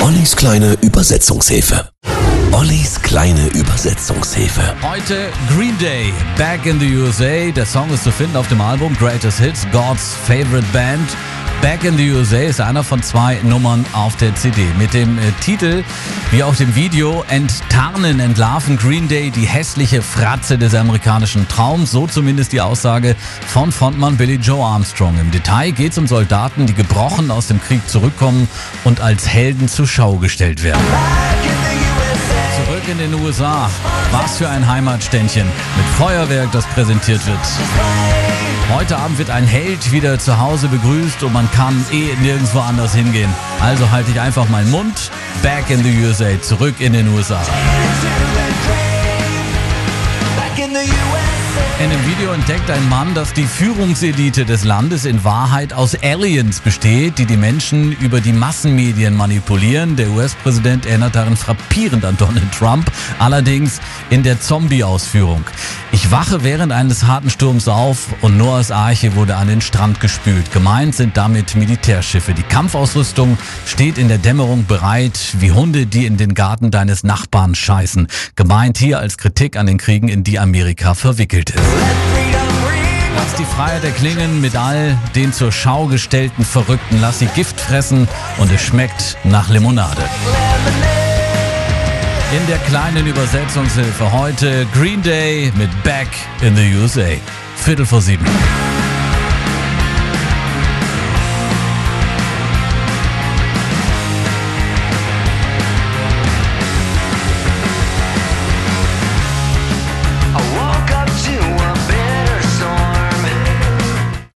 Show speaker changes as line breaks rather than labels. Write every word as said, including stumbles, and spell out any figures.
Ollis kleine Übersetzungshilfe. Ollis kleine Übersetzungshilfe.
Heute Green Day, Back in the U S A. Der Song ist zu finden auf dem Album Greatest Hits, God's Favorite Band. Back in the U S A ist einer von zwei Nummern auf der C D. Mit dem äh, Titel, wie auch dem Video, enttarnen, entlarven Green Day die hässliche Fratze des amerikanischen Traums. So zumindest die Aussage von Frontmann Billie Joe Armstrong. Im Detail geht es um Soldaten, die gebrochen aus dem Krieg zurückkommen und als Helden zur Schau gestellt werden. Zurück in den U S A. Was für ein Heimatständchen mit Feuerwerk, das präsentiert wird. Heute Abend wird ein Held wieder zu Hause begrüßt und man kann eh nirgendwo anders hingehen. Also halte ich einfach meinen Mund. Back in the U S A. Zurück in den U S A. In dem Video entdeckt ein Mann, dass die Führungselite des Landes in Wahrheit aus Aliens besteht, die die Menschen über die Massenmedien manipulieren. Der U S-Präsident erinnert darin frappierend an Donald Trump, allerdings in der Zombie-Ausführung. Ich wache während eines harten Sturms auf und Noahs Arche wurde an den Strand gespült. Gemeint sind damit Militärschiffe. Die Kampfausrüstung steht in der Dämmerung bereit, wie Hunde, die in den Garten deines Nachbarn scheißen. Gemeint hier als Kritik an den Kriegen, in die Amerika verwickelt ist. Lass die Freiheit erklingen mit all den zur Schau gestellten Verrückten. Lass sie Gift fressen und es schmeckt nach Limonade. In der kleinen Übersetzungshilfe heute Green Day mit Back in the U S A. Viertel vor sieben.